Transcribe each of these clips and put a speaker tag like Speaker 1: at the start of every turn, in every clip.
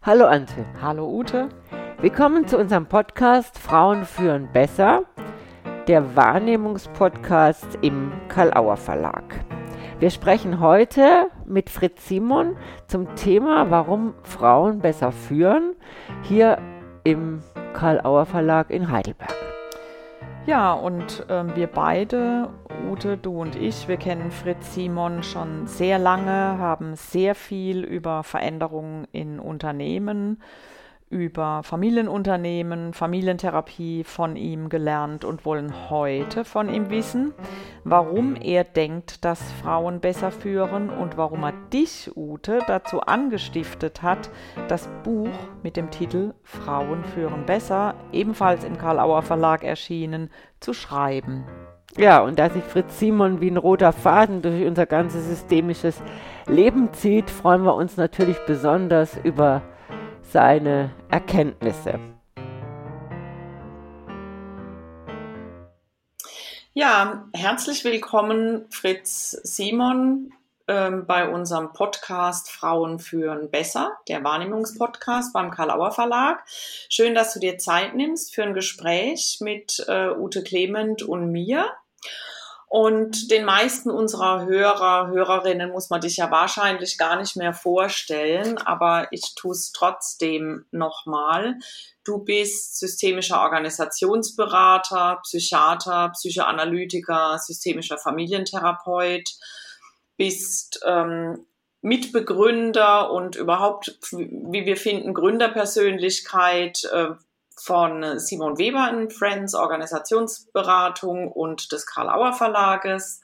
Speaker 1: Hallo Antje,
Speaker 2: Hallo Ute.
Speaker 1: willkommen zu unserem Podcast Frauen führen besser, der Wahrnehmungspodcast im Karl-Auer Verlag. Wir sprechen heute mit Fritz Simon zum Thema, warum Frauen besser führen, hier im Karl-Auer Verlag in Heidelberg.
Speaker 2: Ja, und wir beide, Ute, du und ich, wir kennen Fritz Simon schon sehr lange, haben sehr viel über Veränderungen in Unternehmen, über Familienunternehmen, Familientherapie von ihm gelernt und wollen heute von ihm wissen, warum er denkt, dass Frauen besser führen und warum er dich, Ute, dazu angestiftet hat, das Buch mit dem Titel Frauen führen besser, ebenfalls im Karl-Auer Verlag erschienen, zu schreiben.
Speaker 1: Ja, und da sich Fritz Simon wie ein roter Faden durch unser ganzes systemisches Leben zieht, freuen wir uns natürlich besonders über seine Erkenntnisse.
Speaker 2: Ja, herzlich willkommen, Fritz Simon, bei unserem Podcast Frauen führen besser, der Wahrnehmungspodcast beim Karl-Auer Verlag. Schön, dass du dir Zeit nimmst für ein Gespräch mit Ute Clement und mir. Und den meisten unserer Hörerinnen muss man dich ja wahrscheinlich gar nicht mehr vorstellen, aber ich tue es trotzdem nochmal. Du bist systemischer Organisationsberater, Psychiater, Psychoanalytiker, systemischer Familientherapeut, bist Mitbegründer und überhaupt, wie wir finden, Gründerpersönlichkeit von Simon Weber & Friends, Organisationsberatung und des Karl-Auer Verlages,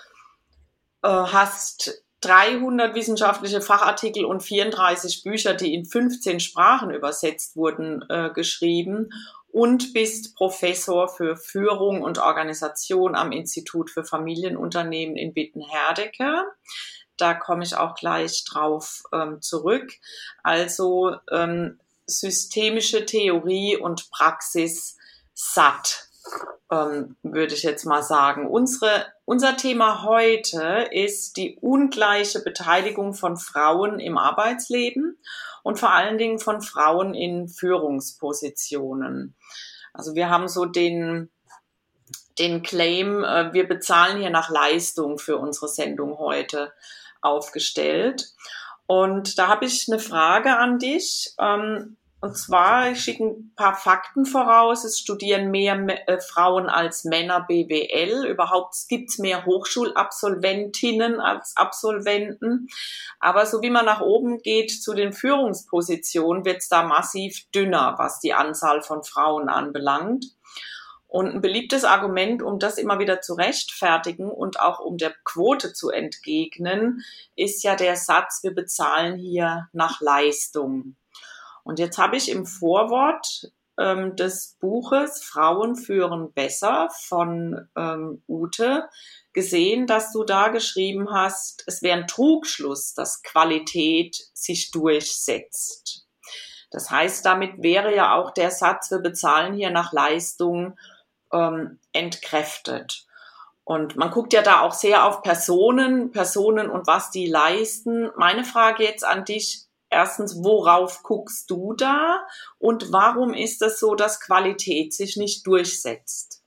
Speaker 2: hast 300 wissenschaftliche Fachartikel und 34 Bücher, die in 15 Sprachen übersetzt wurden, geschrieben und bist Professor für Führung und Organisation am Institut für Familienunternehmen in Witten-Herdecke. Da komme ich auch gleich drauf zurück. Also systemische Theorie und Praxis satt, würde ich jetzt mal sagen. Unser Thema heute ist die ungleiche Beteiligung von Frauen im Arbeitsleben und vor allen Dingen von Frauen in Führungspositionen. Also wir haben so den Claim, wir bezahlen hier nach Leistung für unsere Sendung heute aufgestellt. Und da habe ich eine Frage an dich. Und zwar, ich schicke ein paar Fakten voraus. Es studieren mehr Frauen als Männer BWL. Überhaupt gibt es mehr Hochschulabsolventinnen als Absolventen. Aber so wie man nach oben geht zu den Führungspositionen, wird es da massiv dünner, was die Anzahl von Frauen anbelangt. Und ein beliebtes Argument, um das immer wieder zu rechtfertigen und auch um der Quote zu entgegnen, ist ja der Satz, wir bezahlen hier nach Leistung. Und jetzt habe ich im Vorwort des Buches Frauen führen besser von Ute gesehen, dass du da geschrieben hast, es wäre ein Trugschluss, dass Qualität sich durchsetzt. Das heißt, damit wäre ja auch der Satz, wir bezahlen hier nach Leistung, entkräftet. Und man guckt ja da auch sehr auf Personen und was die leisten. Meine Frage jetzt an dich, erstens, worauf guckst du da und warum ist es so, dass Qualität sich nicht durchsetzt?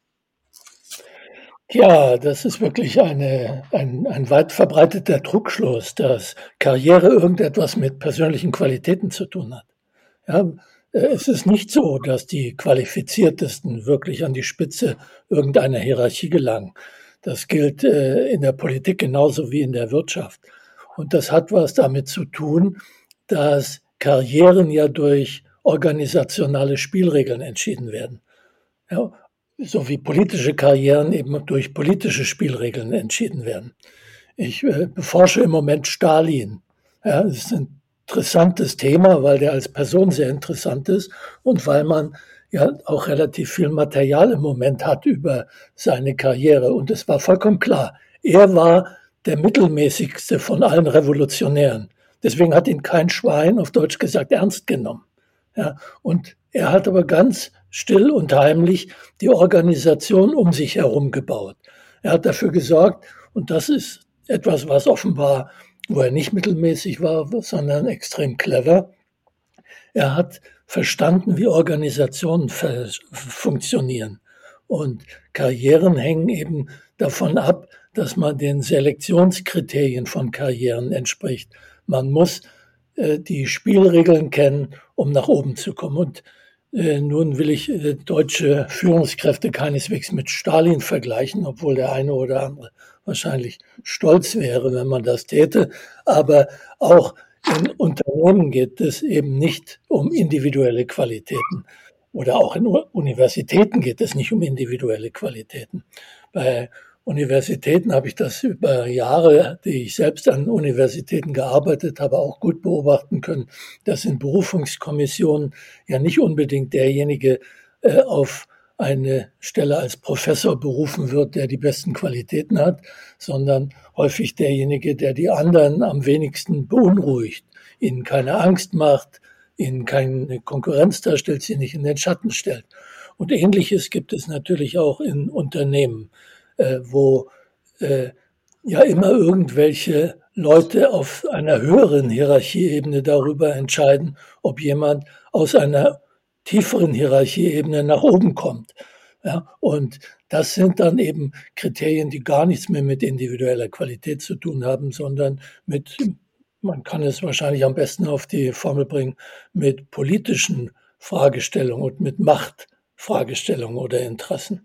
Speaker 3: Ja, das ist wirklich ein weit verbreiteter Trugschluss, dass Karriere irgendetwas mit persönlichen Qualitäten zu tun hat. Ja, es ist nicht so, dass die Qualifiziertesten wirklich an die Spitze irgendeiner Hierarchie gelangen. Das gilt in der Politik genauso wie in der Wirtschaft. Und das hat was damit zu tun, dass Karrieren ja durch organisationale Spielregeln entschieden werden. Ja, so wie politische Karrieren eben durch politische Spielregeln entschieden werden. Ich beforsche im Moment Stalin. Ja, das ist ein interessantes Thema, weil der als Person sehr interessant ist und weil man ja auch relativ viel Material im Moment hat über seine Karriere. Und es war vollkommen klar, er war der mittelmäßigste von allen Revolutionären. Deswegen hat ihn kein Schwein, auf Deutsch gesagt, ernst genommen. Ja, und er hat aber ganz still und heimlich die Organisation um sich herum gebaut. Er hat dafür gesorgt, und das ist etwas, was offenbar, wo er nicht mittelmäßig war, sondern extrem clever. Er hat verstanden, wie Organisationen funktionieren. Und Karrieren hängen eben davon ab, dass man den Selektionskriterien von Karrieren entspricht. Man muss die Spielregeln kennen, um nach oben zu kommen. Und nun will ich deutsche Führungskräfte keineswegs mit Stalin vergleichen, obwohl der eine oder andere wahrscheinlich stolz wäre, wenn man das täte. Aber auch in Unternehmen geht es eben nicht um individuelle Qualitäten. Oder auch in Universitäten geht es nicht um individuelle Qualitäten. Bei Universitäten habe ich das über Jahre, die ich selbst an Universitäten gearbeitet habe, auch gut beobachten können, dass in Berufungskommissionen ja nicht unbedingt derjenige auf eine Stelle als Professor berufen wird, der die besten Qualitäten hat, sondern häufig derjenige, der die anderen am wenigsten beunruhigt, ihnen keine Angst macht, ihnen keine Konkurrenz darstellt, sie nicht in den Schatten stellt. Und Ähnliches gibt es natürlich auch in Unternehmen, wo ja immer irgendwelche Leute auf einer höheren Hierarchieebene darüber entscheiden, ob jemand aus einer tieferen Hierarchieebene nach oben kommt. Ja, und das sind dann eben Kriterien, die gar nichts mehr mit individueller Qualität zu tun haben, sondern mit, man kann es wahrscheinlich am besten auf die Formel bringen, mit politischen Fragestellungen und mit Machtfragestellungen oder Interessen.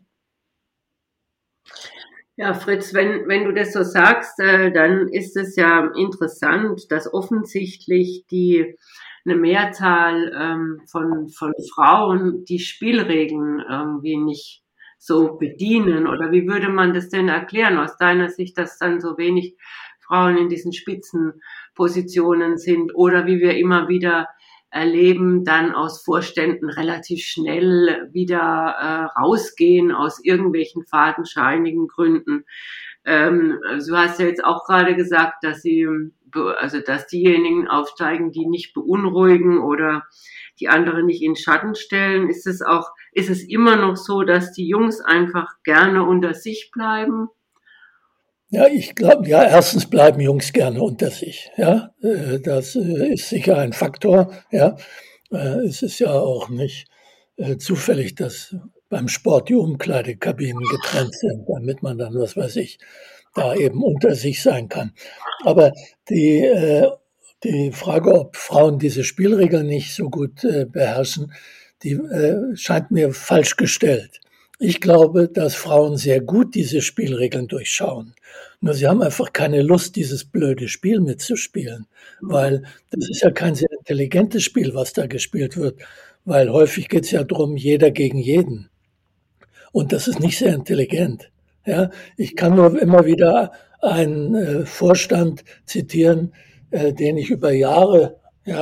Speaker 1: Ja, Fritz, wenn du das so sagst, dann ist es ja interessant, dass offensichtlich eine Mehrzahl von Frauen die Spielregeln irgendwie nicht so bedienen. Oder wie würde man das denn erklären aus deiner Sicht, dass dann so wenig Frauen in diesen Spitzenpositionen sind? Oder wie wir immer wieder erleben, dann aus Vorständen relativ schnell wieder rausgehen aus irgendwelchen fadenscheinigen Gründen. Du hast ja jetzt auch gerade gesagt, dass dass diejenigen aufsteigen, die nicht beunruhigen oder die anderen nicht in Schatten stellen. Ist es immer noch so, dass die Jungs einfach gerne unter sich bleiben?
Speaker 3: Ja, ich glaube, ja, erstens bleiben Jungs gerne unter sich. Ja, das ist sicher ein Faktor. Ja, es ist ja auch nicht zufällig, dass beim Sport die Umkleidekabinen getrennt sind, damit man dann, was weiß ich, da eben unter sich sein kann. Aber die Frage, ob Frauen diese Spielregeln nicht so gut beherrschen, die scheint mir falsch gestellt. Ich glaube, dass Frauen sehr gut diese Spielregeln durchschauen. Nur sie haben einfach keine Lust, dieses blöde Spiel mitzuspielen, weil das ist ja kein sehr intelligentes Spiel, was da gespielt wird, weil häufig geht es ja darum, jeder gegen jeden. Und das ist nicht sehr intelligent. Ja, ich kann nur immer wieder einen Vorstand zitieren, den ich über Jahre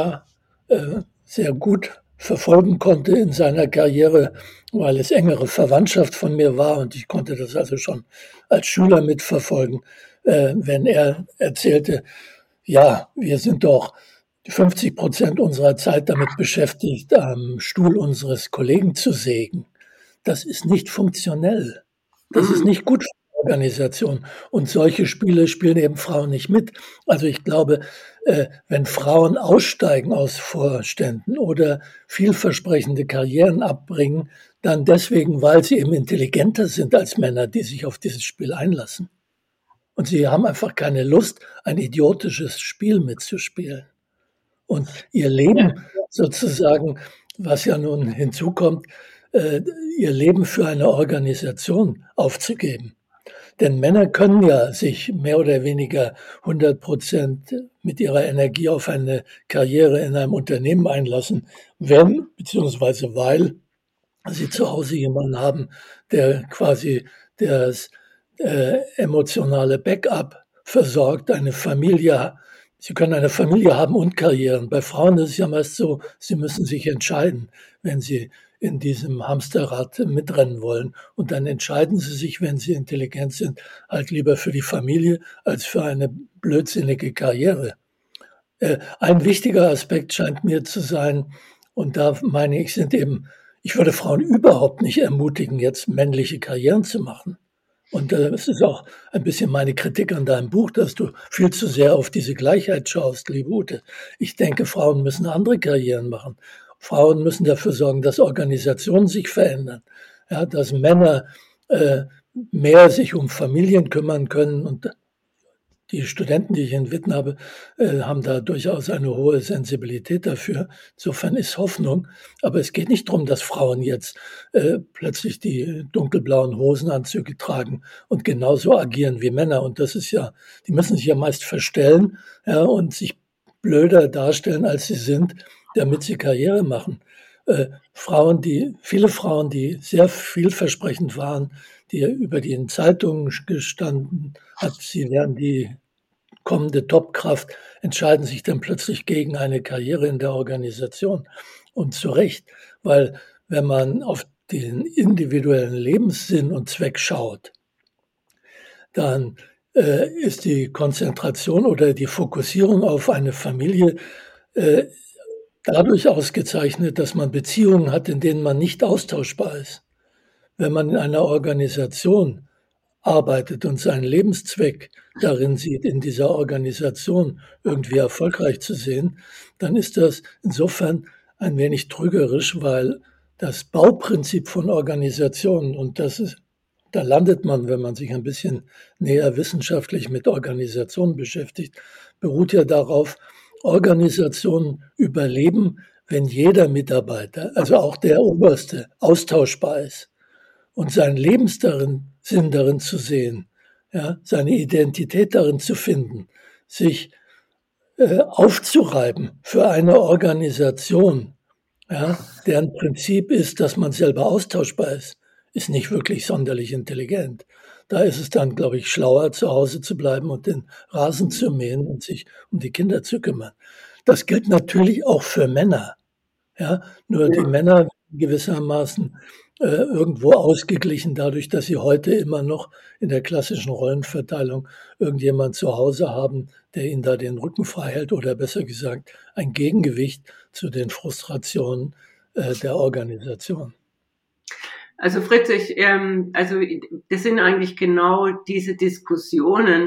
Speaker 3: sehr gut verfolgen konnte in seiner Karriere, weil es engere Verwandtschaft von mir war und ich konnte das also schon als Schüler mitverfolgen, wenn er erzählte, ja, wir sind doch 50% unserer Zeit damit beschäftigt, am Stuhl unseres Kollegen zu sägen. Das ist nicht funktionell. Das ist nicht gut für die Organisation. Und solche Spiele spielen eben Frauen nicht mit. Also ich glaube, wenn Frauen aussteigen aus Vorständen oder vielversprechende Karrieren abbringen, dann deswegen, weil sie eben intelligenter sind als Männer, die sich auf dieses Spiel einlassen. Und sie haben einfach keine Lust, ein idiotisches Spiel mitzuspielen. Und ihr Leben sozusagen, was ja nun hinzukommt, ihr Leben für eine Organisation aufzugeben. Denn Männer können ja sich mehr oder weniger 100% mit ihrer Energie auf eine Karriere in einem Unternehmen einlassen, wenn, beziehungsweise weil sie zu Hause jemanden haben, der quasi das emotionale Backup versorgt, eine Familie. Sie können eine Familie haben und Karrieren. Bei Frauen ist es ja meist so, sie müssen sich entscheiden, wenn sie in diesem Hamsterrad mitrennen wollen. Und dann entscheiden sie sich, wenn sie intelligent sind, halt lieber für die Familie als für eine blödsinnige Karriere. Ein wichtiger Aspekt scheint mir zu sein, und da meine ich, ich würde Frauen überhaupt nicht ermutigen, jetzt männliche Karrieren zu machen. Und das ist auch ein bisschen meine Kritik an deinem Buch, dass du viel zu sehr auf diese Gleichheit schaust, liebe Ute. Ich denke, Frauen müssen andere Karrieren machen. Frauen müssen dafür sorgen, dass Organisationen sich verändern, ja, dass Männer mehr sich um Familien kümmern können. Und die Studenten, die ich in Witten habe, haben da durchaus eine hohe Sensibilität dafür. Insofern ist Hoffnung. Aber es geht nicht darum, dass Frauen jetzt plötzlich die dunkelblauen Hosenanzüge tragen und genauso agieren wie Männer. Und das ist ja, die müssen sich ja meist verstellen, ja, und sich blöder darstellen, als sie sind, damit sie Karriere machen. Viele Frauen, die sehr vielversprechend waren, die über die in Zeitungen gestanden hat, sie wären die kommende Topkraft, entscheiden sich dann plötzlich gegen eine Karriere in der Organisation. Und zu Recht, weil wenn man auf den individuellen Lebenssinn und Zweck schaut, dann ist die Konzentration oder die Fokussierung auf eine Familie dadurch ausgezeichnet, dass man Beziehungen hat, in denen man nicht austauschbar ist. Wenn man in einer Organisation arbeitet und seinen Lebenszweck darin sieht, in dieser Organisation irgendwie erfolgreich zu sehen, dann ist das insofern ein wenig trügerisch, weil das Bauprinzip von Organisationen, und da landet man, wenn man sich ein bisschen näher wissenschaftlich mit Organisationen beschäftigt, beruht ja darauf, Organisationen überleben, wenn jeder Mitarbeiter, also auch der Oberste, austauschbar ist und seinen Lebenssinn darin zu sehen, ja, seine Identität darin zu finden, sich aufzureiben für eine Organisation, ja, deren Prinzip ist, dass man selber austauschbar ist nicht wirklich sonderlich intelligent. Da ist es dann, glaube ich, schlauer, zu Hause zu bleiben und den Rasen zu mähen und sich um die Kinder zu kümmern. Das gilt natürlich auch für Männer. Ja, nur die Männer gewissermaßen irgendwo ausgeglichen dadurch, dass sie heute immer noch in der klassischen Rollenverteilung irgendjemand zu Hause haben, der ihnen da den Rücken frei hält oder besser gesagt ein Gegengewicht zu den Frustrationen der Organisation.
Speaker 1: Also Fritz, das sind eigentlich genau diese Diskussionen,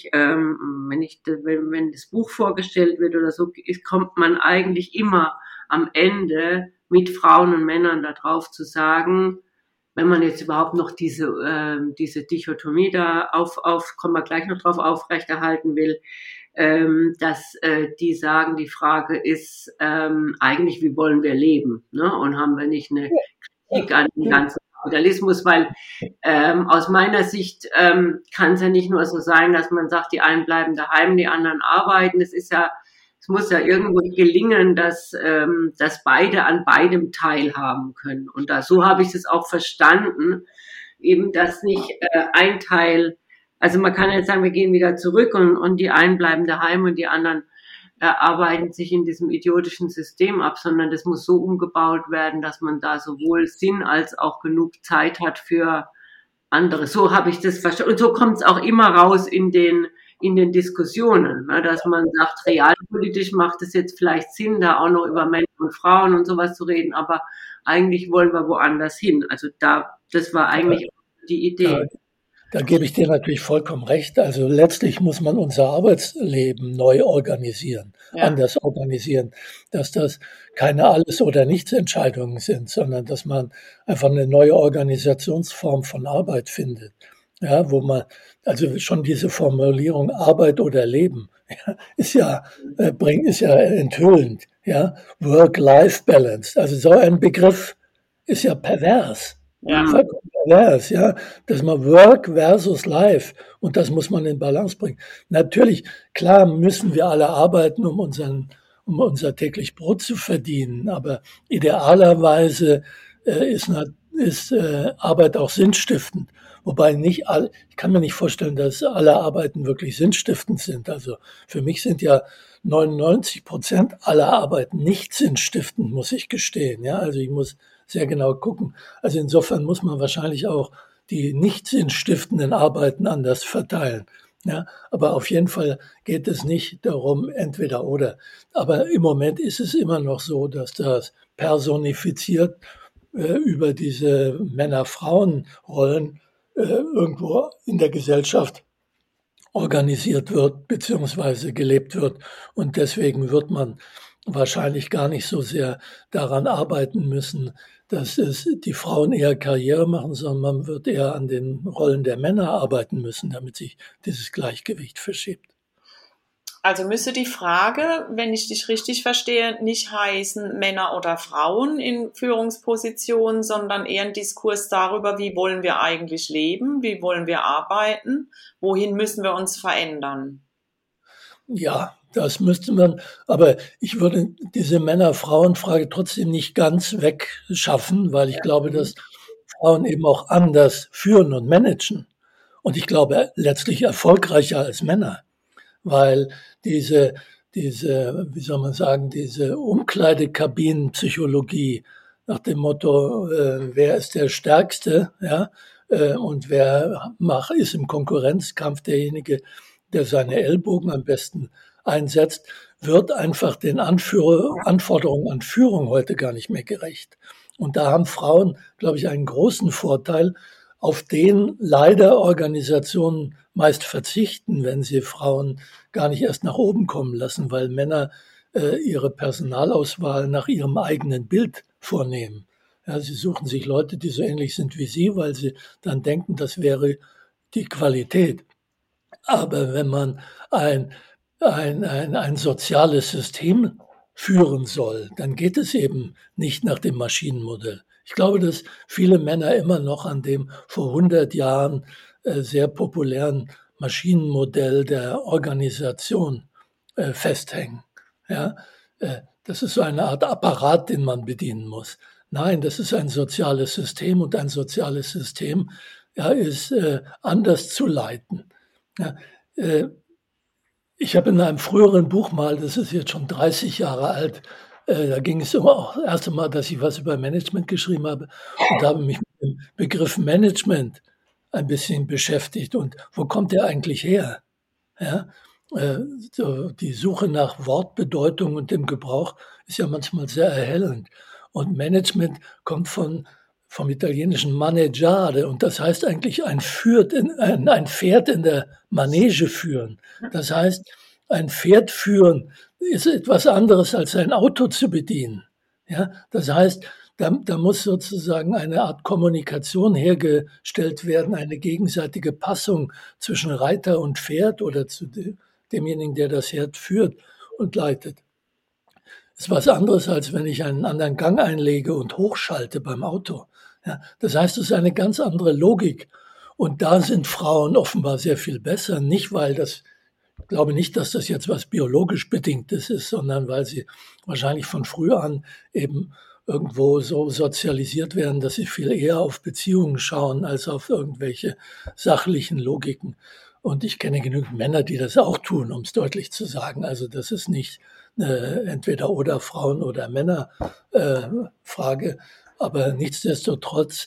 Speaker 1: wenn das Buch vorgestellt wird oder so, kommt man eigentlich immer am Ende mit Frauen und Männern darauf zu sagen, wenn man jetzt überhaupt noch diese Dichotomie da kommen wir gleich noch drauf, aufrechterhalten will, dass die sagen, die Frage ist eigentlich, wie wollen wir leben, ne? Und haben wir nicht eine Kritik an den ganzen Kapitalismus, weil aus meiner Sicht kann es ja nicht nur so sein, dass man sagt, die einen bleiben daheim, die anderen arbeiten. Es muss ja irgendwo gelingen, dass beide an beidem teilhaben können. Und so habe ich es auch verstanden, eben, dass nicht ein Teil, also man kann jetzt sagen, wir gehen wieder zurück und die einen bleiben daheim und die anderen arbeiten sich in diesem idiotischen System ab, sondern das muss so umgebaut werden, dass man da sowohl Sinn als auch genug Zeit hat für andere. So habe ich das verstanden. Und so kommt es auch immer raus in den Diskussionen, ne, dass man sagt, realpolitisch macht es jetzt vielleicht Sinn, da auch noch über Männer und Frauen und sowas zu reden, aber eigentlich wollen wir woanders hin. Also das war eigentlich die Idee.
Speaker 3: Da gebe ich dir natürlich vollkommen recht. Also letztlich muss man unser Arbeitsleben neu organisieren, anders organisieren, dass das keine Alles- oder Nichts-Entscheidungen sind, sondern dass man einfach eine neue Organisationsform von Arbeit findet. Ja, wo man, also schon diese Formulierung Arbeit oder Leben, ist ja enthüllend, ja. Work-Life-Balance. Also so ein Begriff ist ja pervers. Vollkommen pervers, ja. Dass man Work versus Life, und das muss man in Balance bringen. Natürlich, klar müssen wir alle arbeiten, um unser täglich Brot zu verdienen, aber idealerweise ist Arbeit auch sinnstiftend. Wobei ich kann mir nicht vorstellen, dass alle Arbeiten wirklich sinnstiftend sind. Also für mich sind ja 99% aller Arbeiten nicht sinnstiftend, muss ich gestehen. Ja, also ich muss sehr genau gucken. Also insofern muss man wahrscheinlich auch die nicht sinnstiftenden Arbeiten anders verteilen. Ja, aber auf jeden Fall geht es nicht darum, entweder oder. Aber im Moment ist es immer noch so, dass das personifiziert über diese Männer-Frauen-Rollen irgendwo in der Gesellschaft organisiert wird beziehungsweise gelebt wird. Und deswegen wird man wahrscheinlich gar nicht so sehr daran arbeiten müssen, dass die Frauen eher Karriere machen, sondern man wird eher an den Rollen der Männer arbeiten müssen, damit sich dieses Gleichgewicht verschiebt.
Speaker 2: Also müsste die Frage, wenn ich dich richtig verstehe, nicht heißen Männer oder Frauen in Führungspositionen, sondern eher ein Diskurs darüber, wie wollen wir eigentlich leben, wie wollen wir arbeiten, wohin müssen wir uns verändern.
Speaker 3: Ja, das müsste man, aber ich würde diese Männer-Frauen-Frage trotzdem nicht ganz wegschaffen, weil ich glaube, dass Frauen eben auch anders führen und managen. Und ich glaube, letztlich erfolgreicher als Männer, weil diese, wie soll man sagen, diese Umkleidekabinenpsychologie nach dem Motto, wer ist der Stärkste, ja, und wer ist im Konkurrenzkampf derjenige, der seine Ellbogen am besten einsetzt, wird einfach den Anforderungen an Führung heute gar nicht mehr gerecht. Und da haben Frauen, glaube ich, einen großen Vorteil, auf den leider Organisationen meist verzichten, wenn sie Frauen gar nicht erst nach oben kommen lassen, weil Männer ihre Personalauswahl nach ihrem eigenen Bild vornehmen. Ja, sie suchen sich Leute, die so ähnlich sind wie sie, weil sie dann denken, das wäre die Qualität. Aber wenn man ein soziales System führen soll, dann geht es eben nicht nach dem Maschinenmodell. Ich glaube, dass viele Männer immer noch an dem vor 100 Jahren sehr populären Maschinenmodell der Organisation festhängen. Ja, das ist so eine Art Apparat, den man bedienen muss. Nein, das ist ein soziales System und ein soziales System ist anders zu leiten. Ja, ich habe in einem früheren Buch mal, das ist jetzt schon 30 Jahre alt, da ging es auch das erste Mal, dass ich was über Management geschrieben habe und da habe ich mich mit dem Begriff Management ein bisschen beschäftigt und wo kommt der eigentlich her? Ja, so die Suche nach Wortbedeutung und dem Gebrauch ist ja manchmal sehr erhellend. Und Management kommt vom italienischen maneggiare und das heißt eigentlich ein Pferd in der Manege führen. Das heißt, ein Pferd führen ist etwas anderes als ein Auto zu bedienen. Ja, das heißt, da muss sozusagen eine Art Kommunikation hergestellt werden, eine gegenseitige Passung zwischen Reiter und Pferd oder zu demjenigen, der das Pferd führt und leitet. Das ist was anderes, als wenn ich einen anderen Gang einlege und hochschalte beim Auto. Ja, das heißt, es ist eine ganz andere Logik. Und da sind Frauen offenbar sehr viel besser. Nicht, weil ich glaube nicht, dass das jetzt was biologisch Bedingtes ist, sondern weil sie wahrscheinlich von früh an eben irgendwo so sozialisiert werden, dass sie viel eher auf Beziehungen schauen als auf irgendwelche sachlichen Logiken. Und ich kenne genügend Männer, die das auch tun, um es deutlich zu sagen. Also das ist nicht entweder oder Frauen oder Männer Frage, aber nichtsdestotrotz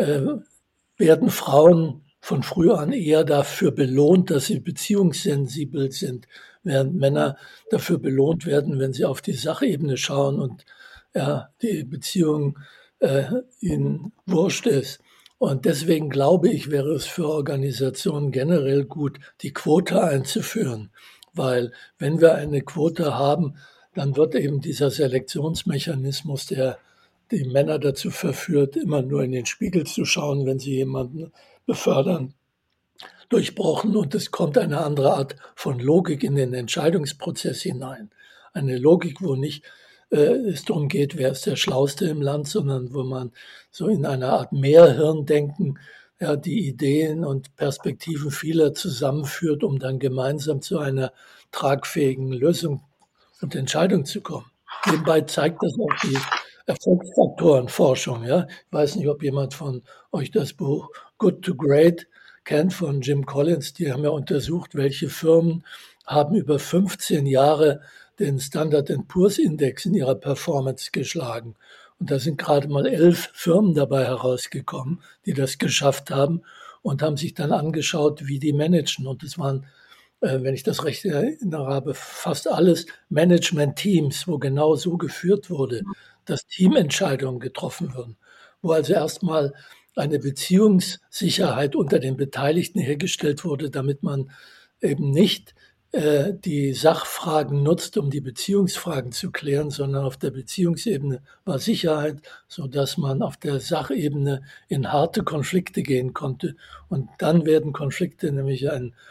Speaker 3: werden Frauen von früh an eher dafür belohnt, dass sie beziehungssensibel sind, während Männer dafür belohnt werden, wenn sie auf die Sachebene schauen und die Beziehung ihnen wurscht ist. Und deswegen glaube ich, wäre es für Organisationen generell gut, die Quote einzuführen. Weil wenn wir eine Quote haben, dann wird eben dieser Selektionsmechanismus, der die Männer dazu verführt, immer nur in den Spiegel zu schauen, wenn sie jemanden befördern, durchbrochen. Und es kommt eine andere Art von Logik in den Entscheidungsprozess hinein. Eine Logik, wo nicht es darum geht, wer ist der Schlauste im Land, sondern wo man so in einer Art Mehrhirndenken die Ideen und Perspektiven vieler zusammenführt, um dann gemeinsam zu einer tragfähigen Lösung und Entscheidung zu kommen. Nebenbei zeigt das auch die Erfolgsfaktorenforschung. Ja? Ich weiß nicht, ob jemand von euch das Buch Good to Great kennt von Jim Collins. Die haben ja untersucht, welche Firmen haben über 15 Jahre den Standard & Poor's Index in ihrer Performance geschlagen. Und da sind gerade mal 11 Firmen dabei herausgekommen, die das geschafft haben und haben sich dann angeschaut, wie die managen. Und es waren, wenn ich das recht erinnere habe, fast alles Management-Teams, wo genau so geführt wurde, dass Teamentscheidungen getroffen wurden. Wo also erstmal eine Beziehungssicherheit unter den Beteiligten hergestellt wurde, damit man eben nicht die Sachfragen nutzt, um die Beziehungsfragen zu klären, sondern auf der Beziehungsebene war Sicherheit, sodass man auf der Sachebene in harte Konflikte gehen konnte. Und dann werden Konflikte nämlich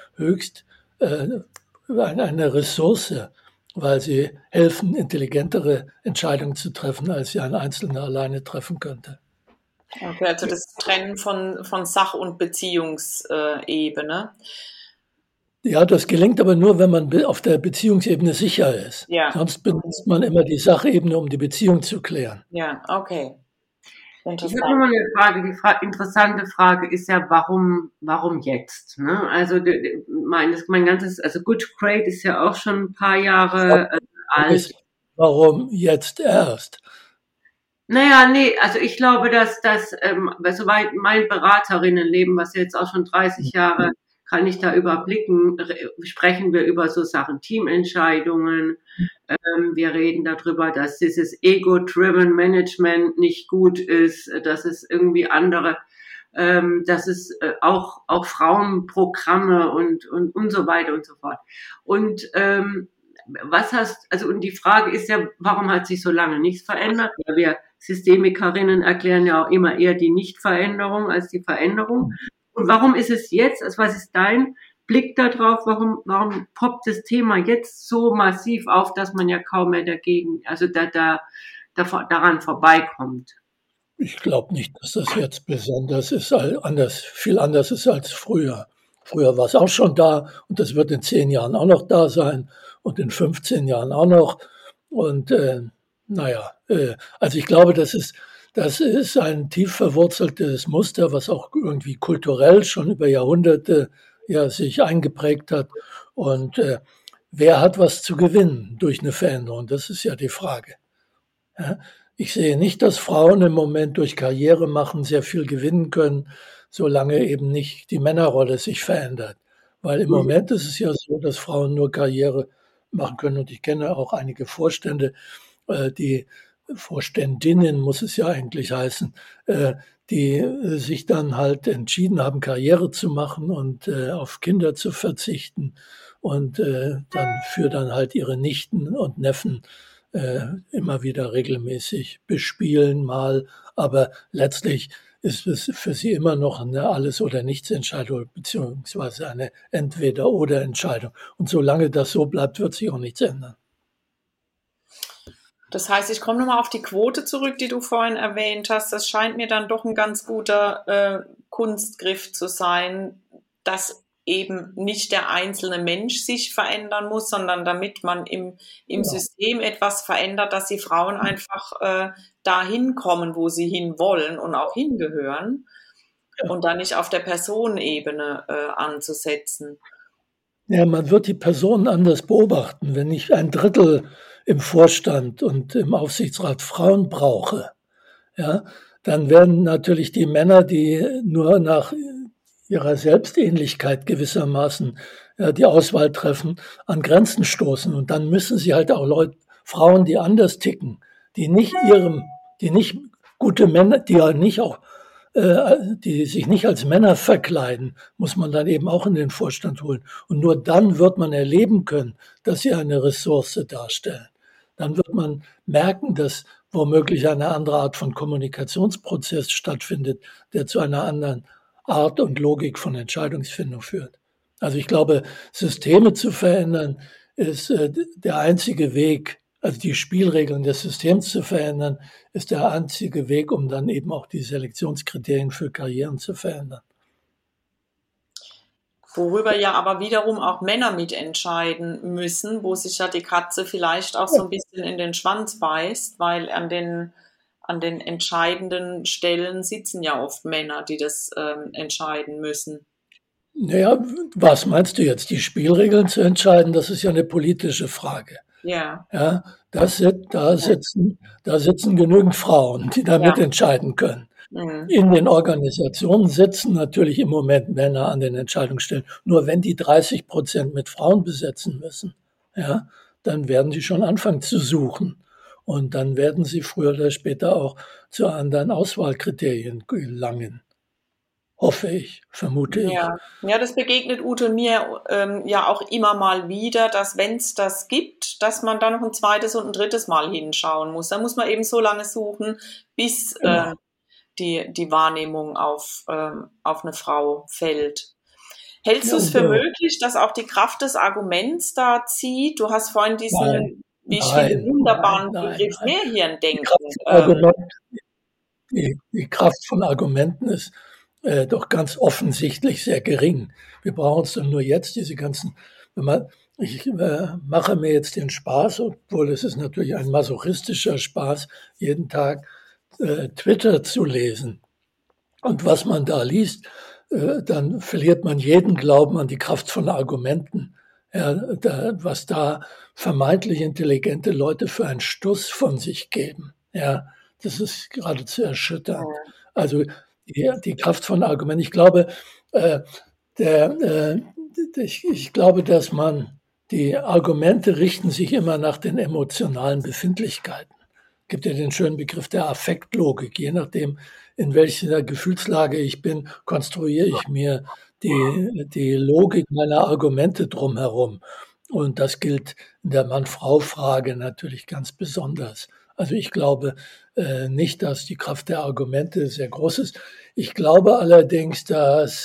Speaker 3: eine Ressource, weil sie helfen, intelligentere Entscheidungen zu treffen, als sie ein Einzelner alleine treffen könnte.
Speaker 2: Okay, also das Trennen von Sach- und Beziehungsebene.
Speaker 3: Ja, das gelingt aber nur, wenn man auf der Beziehungsebene sicher ist.
Speaker 2: Ja.
Speaker 3: Sonst benutzt man immer die Sachebene, um die Beziehung zu klären.
Speaker 2: Ja, okay.
Speaker 1: Ich habe nochmal eine Frage. Die interessante Frage ist ja, warum jetzt? Ne? Also mein ganzes, also Good to Great ist ja auch schon ein paar Jahre alt.
Speaker 3: Warum jetzt erst?
Speaker 1: Naja, nee, also ich glaube, dass soweit mein Beraterinnenleben, was jetzt auch schon 30 Jahre, kann ich da überblicken, sprechen wir über so Sachen, Teamentscheidungen. Wir reden darüber, dass dieses Ego-driven Management nicht gut ist, dass es irgendwie andere, dass es auch Frauenprogramme und so weiter und so fort. Und und die Frage ist ja, warum hat sich so lange nichts verändert? Ja, wir Systemikerinnen erklären ja auch immer eher die Nichtveränderung als die Veränderung. Und warum ist es jetzt, also was ist dein Blick darauf, warum poppt das Thema jetzt so massiv auf, dass man ja kaum mehr daran vorbeikommt?
Speaker 3: Ich glaube nicht, dass das jetzt besonders ist, viel anders ist als früher. Früher war es auch schon da und das wird in 10 Jahren auch noch da sein und in 15 Jahren auch noch. Und also ich glaube, das ist ein tief verwurzeltes Muster, was auch irgendwie kulturell schon über Jahrhunderte sich eingeprägt hat. Und wer hat was zu gewinnen durch eine Veränderung? Das ist ja die Frage. Ja? Ich sehe nicht, dass Frauen im Moment durch Karriere machen sehr viel gewinnen können, solange eben nicht die Männerrolle sich verändert. Weil im Moment ist es ja so, dass Frauen nur Karriere machen können. Und ich kenne auch einige Vorstände, die Vorständinnen muss es ja eigentlich heißen, die sich dann halt entschieden haben, Karriere zu machen und auf Kinder zu verzichten und dann halt ihre Nichten und Neffen immer wieder regelmäßig bespielen mal. Aber letztlich ist es für sie immer noch eine Alles- oder Nichts-Entscheidung beziehungsweise eine Entweder-oder-Entscheidung. Und solange das so bleibt, wird sich auch nichts ändern.
Speaker 2: Das heißt, ich komme nochmal auf die Quote zurück, die du vorhin erwähnt hast. Das scheint mir dann doch ein ganz guter Kunstgriff zu sein, dass eben nicht der einzelne Mensch sich verändern muss, sondern damit man im System etwas verändert, dass die Frauen einfach dahin kommen, wo sie hinwollen und auch hingehören und dann nicht auf der Personenebene anzusetzen.
Speaker 3: Ja, man wird die Personen anders beobachten. Wenn ich 1/3 im Vorstand und im Aufsichtsrat Frauen brauche, ja, dann werden natürlich die Männer, die nur nach ihrer Selbstähnlichkeit gewissermaßen die Auswahl treffen, an Grenzen stoßen. Und dann müssen sie halt auch Frauen, die anders ticken, die nicht gute Männer, die sich nicht als Männer verkleiden, muss man dann eben auch in den Vorstand holen. Und nur dann wird man erleben können, dass sie eine Ressource darstellen. Dann wird man merken, dass womöglich eine andere Art von Kommunikationsprozess stattfindet, der zu einer anderen Art und Logik von Entscheidungsfindung führt. Also ich glaube, Systeme zu verändern ist der einzige Weg, also die Spielregeln des Systems zu verändern, ist der einzige Weg, um dann eben auch die Selektionskriterien für Karrieren zu verändern.
Speaker 2: Worüber ja aber wiederum auch Männer mitentscheiden müssen, wo sich ja die Katze vielleicht auch so ein bisschen in den Schwanz beißt, weil an den entscheidenden Stellen sitzen ja oft Männer, die das entscheiden müssen.
Speaker 3: Naja, was meinst du jetzt? Die Spielregeln zu entscheiden, das ist ja eine politische Frage.
Speaker 2: Ja.
Speaker 3: Ja, da sitzen genügend Frauen, die da mitentscheiden können.
Speaker 2: Mhm.
Speaker 3: In den Organisationen sitzen natürlich im Moment Männer an den Entscheidungsstellen. Nur wenn die 30% mit Frauen besetzen müssen, ja, dann werden sie schon anfangen zu suchen. Und dann werden sie früher oder später auch zu anderen Auswahlkriterien gelangen. hoffe ich, vermute ich.
Speaker 2: Ja, das begegnet Ute mir ja auch immer mal wieder, dass wenn es das gibt, dass man dann noch ein zweites und ein drittes Mal hinschauen muss. Da muss man eben so lange suchen, bis
Speaker 3: Genau.
Speaker 2: die Wahrnehmung auf eine Frau fällt. Hältst
Speaker 3: Ja,
Speaker 2: du es
Speaker 3: und,
Speaker 2: für möglich, dass auch die Kraft des Arguments da zieht? Du hast vorhin
Speaker 3: nein,
Speaker 2: diesen, wie ich finde,
Speaker 3: nein,
Speaker 2: wunderbaren
Speaker 3: nein.
Speaker 2: Begriff
Speaker 3: Die
Speaker 2: Mehrhirndenken.
Speaker 3: Kraft von Argumenten, die Kraft von Argumenten ist doch ganz offensichtlich sehr gering. Wir brauchen es dann nur jetzt, diese ganzen, ich mache mir jetzt den Spaß, obwohl es ist natürlich ein masochistischer Spaß, jeden Tag Twitter zu lesen. Und was man da liest, dann verliert man jeden Glauben an die Kraft von Argumenten. Ja, was da vermeintlich intelligente Leute für einen Stuss von sich geben. Ja, das ist geradezu erschütternd. Also die Kraft von Argumenten. Ich glaube, der, äh, ich glaube, dass die Argumente richten sich immer nach den emotionalen Befindlichkeiten. Es gibt ja den schönen Begriff der Affektlogik. Je nachdem, in welcher Gefühlslage ich bin, konstruiere ich mir die Logik meiner Argumente drumherum. Und das gilt in der Mann-Frau-Frage natürlich ganz besonders. Also ich glaube nicht, dass die Kraft der Argumente sehr groß ist. Ich glaube allerdings, dass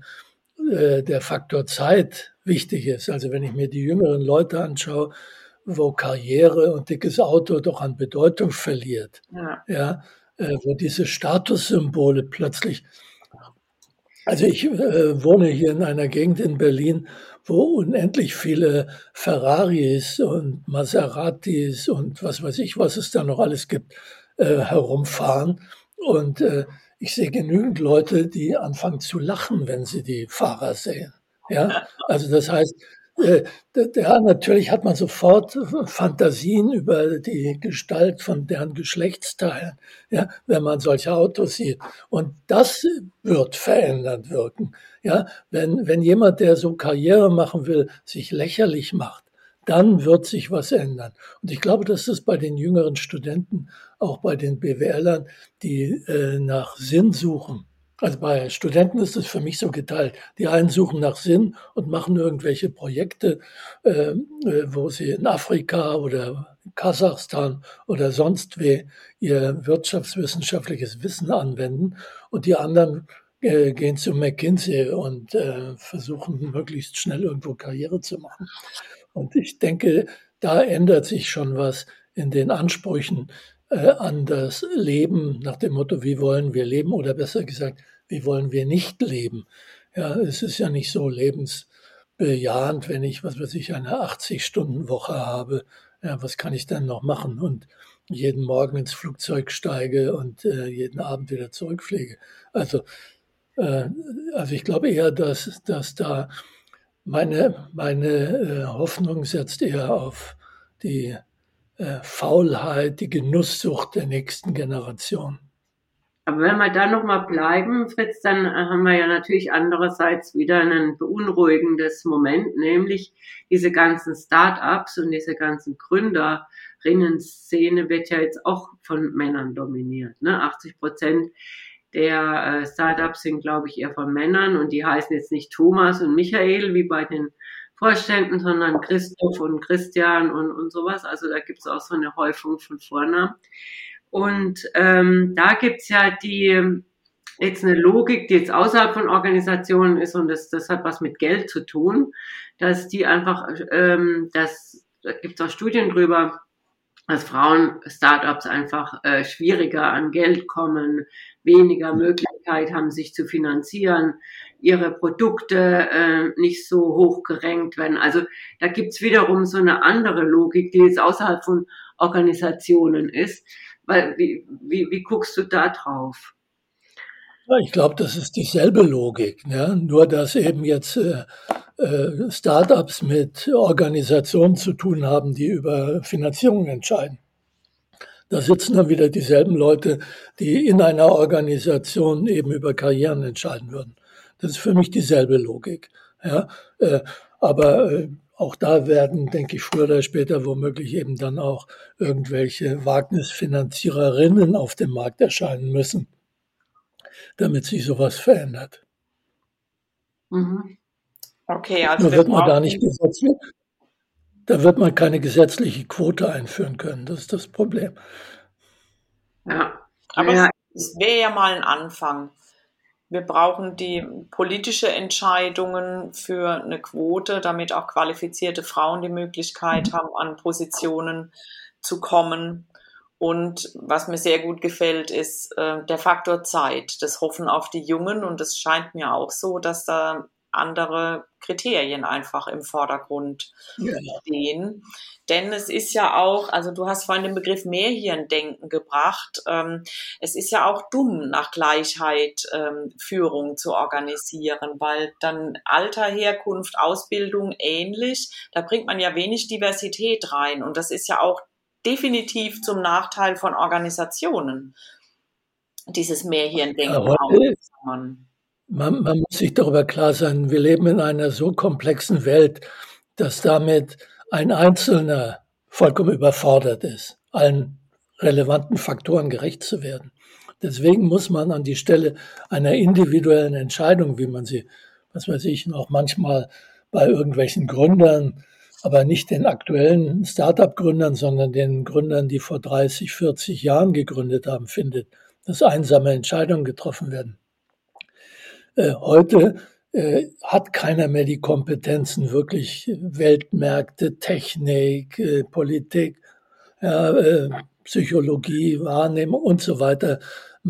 Speaker 3: der Faktor Zeit wichtig ist. Also wenn ich mir die jüngeren Leute anschaue, wo Karriere und dickes Auto doch an Bedeutung verliert, ja, wo diese Statussymbole plötzlich. Also ich wohne hier in einer Gegend in Berlin, wo unendlich viele Ferraris und Maseratis und was weiß ich, was es da noch alles gibt, herumfahren. Und ich sehe genügend Leute, die anfangen zu lachen, wenn sie die Fahrer sehen. Ja, also das heißt, ja, natürlich hat man sofort Fantasien über die Gestalt von deren Geschlechtsteilen, ja, wenn man solche Autos sieht. Und das wird verändernd wirken. Ja, wenn jemand, der so Karriere machen will, sich lächerlich macht, dann wird sich was ändern. Und ich glaube, dass es bei den jüngeren Studenten, auch bei den BWLern, die nach Sinn suchen. Also bei Studenten ist es für mich so geteilt. Die einen suchen nach Sinn und machen irgendwelche Projekte, wo sie in Afrika oder Kasachstan oder sonst wie ihr wirtschaftswissenschaftliches Wissen anwenden. Und die anderen gehen zu McKinsey und versuchen möglichst schnell irgendwo Karriere zu machen. Und ich denke, da ändert sich schon was in den Ansprüchen an das Leben nach dem Motto, wie wollen wir leben oder besser gesagt, wie wollen wir nicht leben. Ja, es ist ja nicht so lebensbejahend, wenn ich, was weiß ich, eine 80-Stunden-Woche habe. Ja, was kann ich dann noch machen? Und jeden Morgen ins Flugzeug steige und jeden Abend wieder zurückfliege. Also ich glaube eher, dass da meine Hoffnung setzt eher auf die Faulheit, die Genusssucht der nächsten Generation.
Speaker 1: Aber wenn wir da nochmal bleiben, Fritz, dann haben wir ja natürlich andererseits wieder ein beunruhigendes Moment, nämlich diese ganzen Start-ups und diese ganzen Gründerinnen-Szene wird ja jetzt auch von Männern dominiert. Ne? 80% der Start-ups sind, glaube ich, eher von Männern und die heißen jetzt nicht Thomas und Michael wie bei den Vorständen, sondern Christoph und Christian und sowas. Also da gibt es auch so eine Häufung von Vornamen. Und da gibt's ja jetzt eine Logik, die jetzt außerhalb von Organisationen ist und das hat was mit Geld zu tun, dass die einfach, da gibt's auch Studien drüber, dass Frauen-Startups einfach schwieriger an Geld kommen, weniger Möglichkeit haben, sich zu finanzieren, ihre Produkte nicht so hoch gerankt werden. Also da gibt's wiederum so eine andere Logik, die jetzt außerhalb von Organisationen ist. Weil, wie guckst du da drauf?
Speaker 3: Ja, ich glaube, das ist dieselbe Logik, ja? Nur dass eben jetzt Startups mit Organisationen zu tun haben, die über Finanzierung entscheiden. Da sitzen dann wieder dieselben Leute, die in einer Organisation eben über Karrieren entscheiden würden. Das ist für mich dieselbe Logik. Ja? Aber auch da werden, denke ich, früher oder später womöglich eben dann auch irgendwelche Wagnisfinanziererinnen auf dem Markt erscheinen müssen, damit sich sowas verändert.
Speaker 2: Okay, also
Speaker 3: Nur
Speaker 2: wir
Speaker 3: wird man da nicht
Speaker 2: brauchen,
Speaker 3: gesetzlich, da wird man keine gesetzliche Quote einführen können. Das ist das Problem.
Speaker 2: ja, aber es wäre ja mal ein Anfang. Wir brauchen die politische Entscheidungen für eine Quote, damit auch qualifizierte Frauen die Möglichkeit haben, an Positionen zu kommen. Und was mir sehr gut gefällt, ist der Faktor Zeit. Das Hoffen auf die Jungen. Und es scheint mir auch so, dass da andere Kriterien einfach im Vordergrund
Speaker 3: Ja.
Speaker 2: stehen. Denn es ist ja auch, also du hast vorhin den Begriff Mehrhirndenken gebracht. Es ist ja auch dumm, nach Gleichheit Führung zu organisieren, weil dann Alter, Herkunft, Ausbildung ähnlich, da bringt man ja wenig Diversität rein. Und das ist ja auch definitiv zum Nachteil von Organisationen, dieses Mehrhirndenken
Speaker 3: Ja, heute,
Speaker 2: aufzusammeln.
Speaker 3: man muss sich darüber klar sein, wir leben in einer so komplexen Welt, dass damit ein Einzelner vollkommen überfordert ist, allen relevanten Faktoren gerecht zu werden. Deswegen muss man an die Stelle einer individuellen Entscheidung, wie man sie, was weiß ich, noch manchmal bei irgendwelchen Gründern, aber nicht den aktuellen Start-up-Gründern, sondern den Gründern, die vor 30, 40 Jahren gegründet haben, findet, dass einsame Entscheidungen getroffen werden. Heute hat keiner mehr die Kompetenzen, wirklich Weltmärkte, Technik, Politik, Psychologie, Wahrnehmung und so weiter,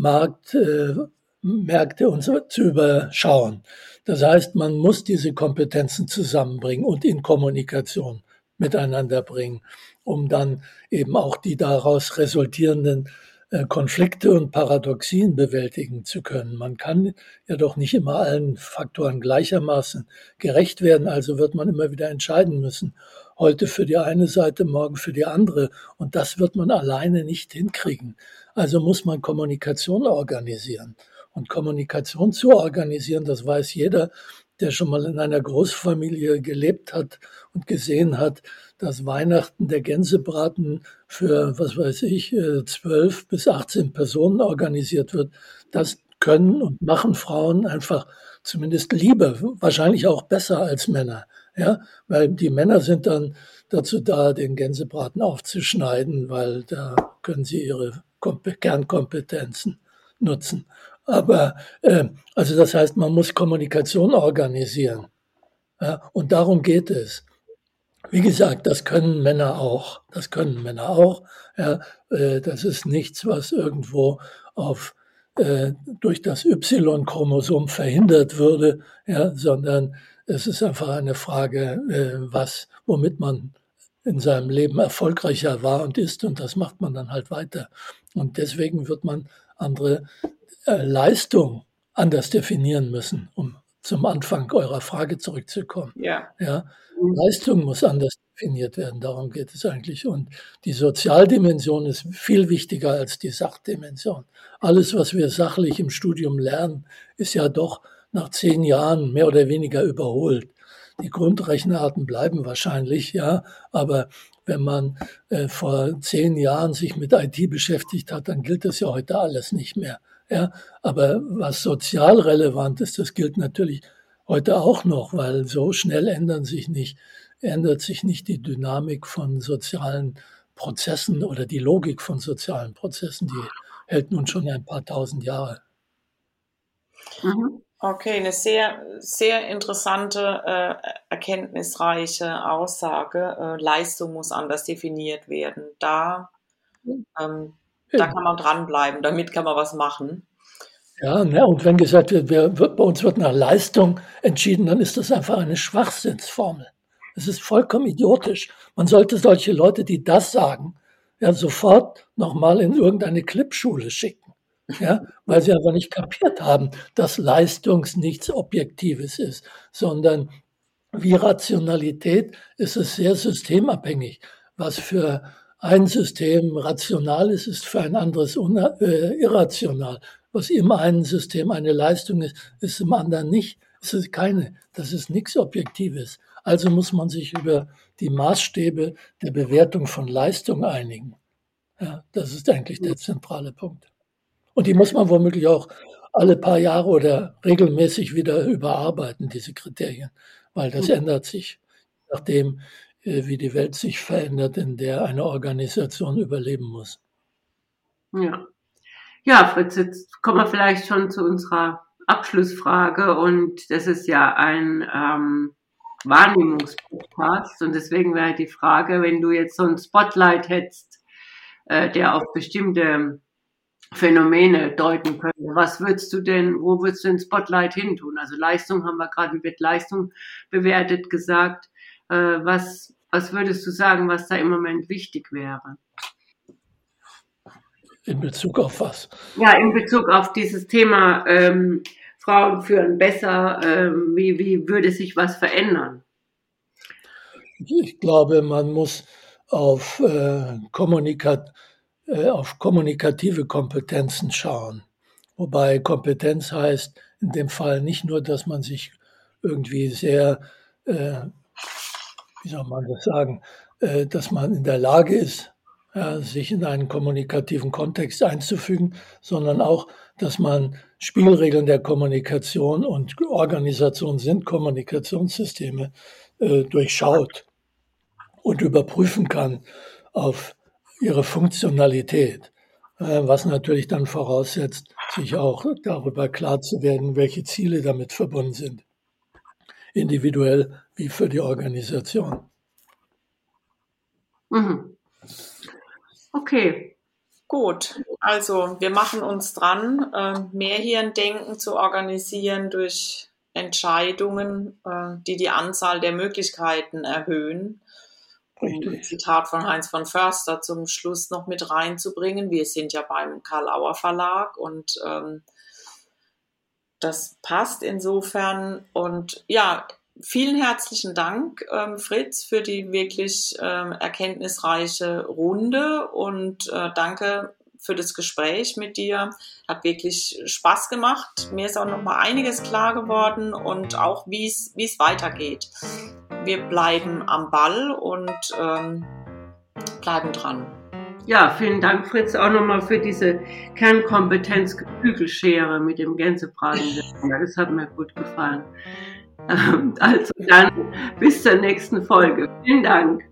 Speaker 3: Märkte und so zu überschauen. Das heißt, man muss diese Kompetenzen zusammenbringen und in Kommunikation miteinander bringen, um dann eben auch die daraus resultierenden Konflikte und Paradoxien bewältigen zu können. Man kann ja doch nicht immer allen Faktoren gleichermaßen gerecht werden, also wird man immer wieder entscheiden müssen. Heute für die eine Seite, morgen für die andere. Und das wird man alleine nicht hinkriegen. Also muss man Kommunikation organisieren. Und Kommunikation zu organisieren, das weiß jeder, der schon mal in einer Großfamilie gelebt hat und gesehen hat, dass Weihnachten der Gänsebraten für, was weiß ich, 12 bis 18 Personen organisiert wird. Das können und machen Frauen einfach zumindest lieber, wahrscheinlich auch besser als Männer. Ja, weil die Männer sind dann dazu da, den Gänsebraten aufzuschneiden, weil da können sie ihre Kernkompetenzen nutzen. Aber also das heißt, man muss Kommunikation organisieren. Ja, und darum geht es. Wie gesagt, das können Männer auch. Das können Männer auch. Ja, das ist nichts, was irgendwo auf durch das Y-Chromosom verhindert würde, ja, sondern es ist einfach eine Frage, womit man in seinem Leben erfolgreicher war und ist, und das macht man dann halt weiter. Und deswegen wird man andere Leistung anders definieren müssen, um zum Anfang eurer Frage zurückzukommen.
Speaker 2: Ja.
Speaker 3: Ja, Leistung muss anders definiert werden, darum geht es eigentlich. Und die Sozialdimension ist viel wichtiger als die Sachdimension. Alles, was wir sachlich im Studium lernen, ist ja doch nach 10 Jahren mehr oder weniger überholt. Die Grundrechenarten bleiben wahrscheinlich, ja, aber wenn man vor 10 Jahren sich mit IT beschäftigt hat, dann gilt das ja heute alles nicht mehr. Ja, aber was sozial relevant ist, das gilt natürlich heute auch noch, weil so schnell ändert sich nicht die Dynamik von sozialen Prozessen oder die Logik von sozialen Prozessen, die hält nun schon ein paar tausend Jahre.
Speaker 2: Okay, eine sehr, sehr interessante, erkenntnisreiche Aussage. Leistung muss anders definiert werden. Da kann man dranbleiben, damit kann man was machen.
Speaker 3: Ja, ne, und wenn gesagt wird, bei uns wird nach Leistung entschieden, dann ist das einfach eine Schwachsinnsformel. Es ist vollkommen idiotisch. Man sollte solche Leute, die das sagen, ja, sofort nochmal in irgendeine Clipschule schicken. Ja, weil sie aber nicht kapiert haben, dass Leistung nichts Objektives ist, sondern wie Rationalität ist es sehr systemabhängig. Was für ein System rational ist, ist für ein anderes irrational. Was im einen System eine Leistung ist, ist im anderen nicht. Es ist keine, das ist nichts Objektives. Also muss man sich über die Maßstäbe der Bewertung von Leistung einigen. Ja, das ist eigentlich der zentrale Punkt. Und die muss man womöglich auch alle paar Jahre oder regelmäßig wieder überarbeiten, diese Kriterien, weil das ändert sich, nachdem wie die Welt sich verändert, in der eine Organisation überleben muss.
Speaker 1: Ja. Ja, Fritz, jetzt kommen wir vielleicht schon zu unserer Abschlussfrage, und das ist ja ein Wahrnehmungspodcast, und deswegen wäre die Frage, wenn du jetzt so ein Spotlight hättest, der auf bestimmte Phänomene deuten könnte, wo würdest du den Spotlight hin tun? Also Leistung haben wir gerade, wie wird Leistung bewertet, gesagt. Was würdest du sagen, was da im Moment wichtig wäre?
Speaker 3: In Bezug auf was?
Speaker 1: Ja, in Bezug auf dieses Thema Frauen führen besser, wie würde sich was verändern?
Speaker 3: Ich glaube, man muss auf kommunikative Kompetenzen schauen. Wobei Kompetenz heißt in dem Fall nicht nur, dass man sich irgendwie sehr, wie soll man das sagen, dass man in der Lage ist, sich in einen kommunikativen Kontext einzufügen, sondern auch, dass man Spielregeln der Kommunikation, und Organisation sind Kommunikationssysteme, durchschaut und überprüfen kann auf ihre Funktionalität, was natürlich dann voraussetzt, sich auch darüber klar zu werden, welche Ziele damit verbunden sind, individuell wie für die Organisation.
Speaker 1: Mhm. Okay.
Speaker 2: Gut, also wir machen uns dran, mehr Hirndenken zu organisieren durch Entscheidungen, die die Anzahl der Möglichkeiten erhöhen. Um ein Zitat von Heinz von Förster zum Schluss noch mit reinzubringen. Wir sind ja beim Karl-Auer-Verlag, und das passt insofern. Und ja, vielen herzlichen Dank, Fritz, für die wirklich erkenntnisreiche Runde, und danke für das Gespräch mit dir. Hat wirklich Spaß gemacht. Mir ist auch noch mal einiges klar geworden, und auch wie es weitergeht. Wir bleiben am Ball und bleiben dran.
Speaker 1: Ja, vielen Dank, Fritz, auch nochmal für diese Kernkompetenz Geflügelschere mit dem Gänsebraten. Das hat mir gut gefallen. Also dann bis zur nächsten Folge. Vielen Dank.